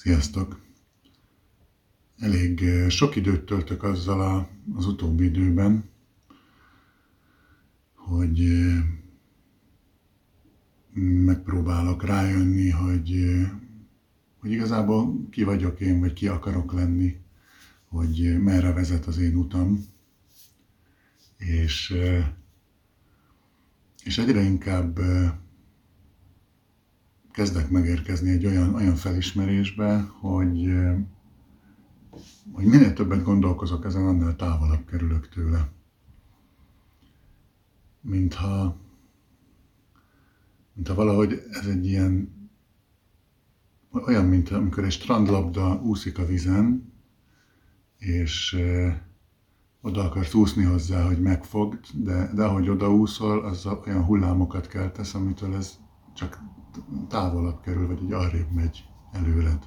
Sziasztok! Elég sok időt töltök azzal az utóbbi időben, hogy megpróbálok rájönni, hogy igazából ki vagyok én, vagy ki akarok lenni, hogy merre vezet az én utam. És egyre inkább kezdek megérkezni egy olyan felismerésbe, hogy minél többet gondolkozok ezen, annál távolabb kerülök tőle. Mintha valahogy ez egy ilyen, olyan, mint amikor egy strandlabda úszik a vízen, és oda akarsz úszni hozzá, hogy megfogd, de ahogy odaúszol, az olyan hullámokat keltesz, amitől ez csak távolabb kerül, vagy így arrébb megy előled.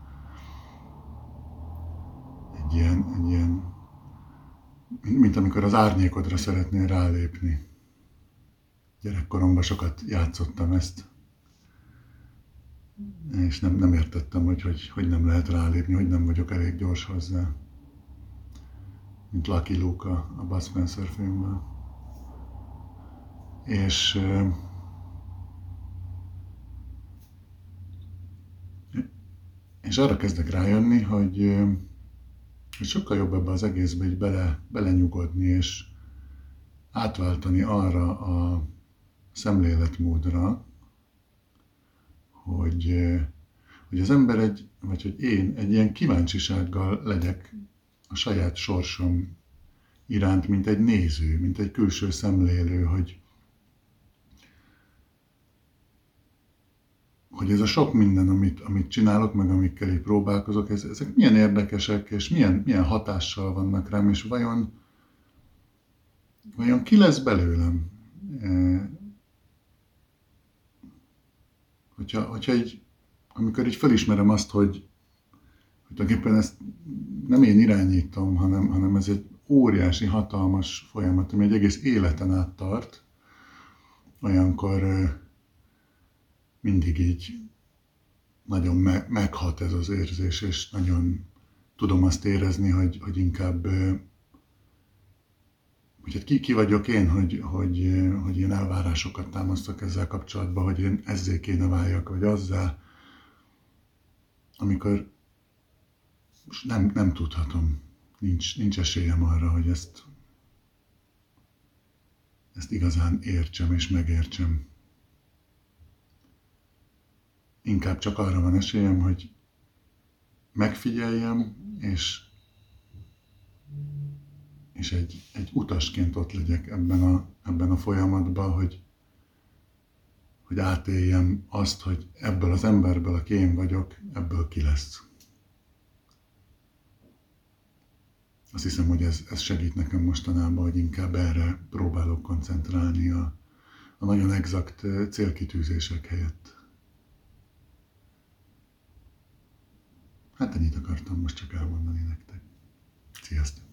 Egy ilyen, mint amikor az árnyékodra szeretnél rálépni. Gyerekkoromban sokat játszottam ezt, és nem értettem, hogy nem lehet rálépni, hogy nem vagyok elég gyors hozzá. Mint Lucky Luke a Bud Spencer filmben. És arra kezdek rájönni, hogy sokkal jobb ebbe az egészbe így belenyugodni, és átváltani arra a szemléletmódra, hogy az ember vagy hogy én egy ilyen kíváncsisággal legyek a saját sorsom iránt, mint egy néző, mint egy külső szemlélő, hogy ez a sok minden, amit csinálok, meg amikkel így próbálkozok, ezek milyen érdekesek, és milyen hatással vannak rám, és vajon ki lesz belőlem? Hogyha amikor így felismerem azt, hogy tulajdonképpen ezt nem én irányítom, hanem ez egy óriási, hatalmas folyamat, ami egy egész életen át tart, olyankor mindig így nagyon meghat ez az érzés, és nagyon tudom azt érezni, hogy inkább, hogy hát ki vagyok én, hogy én elvárásokat támasztok ezzel kapcsolatban, hogy én ezzé kéne váljak, vagy azzá, amikor nem tudhatom, nincs esélyem arra, hogy ezt igazán értsem és megértsem. Inkább csak arra van esélyem, hogy megfigyeljem, és egy utasként ott legyek ebben a folyamatban, hogy átéljem azt, hogy ebből az emberből, aki én vagyok, ebből ki lesz. Azt hiszem, hogy ez segít nekem mostanában, hogy inkább erre próbálok koncentrálni a nagyon exakt célkitűzések helyett. Hát ennyit akartam most csak elmondani nektek. Sziasztok!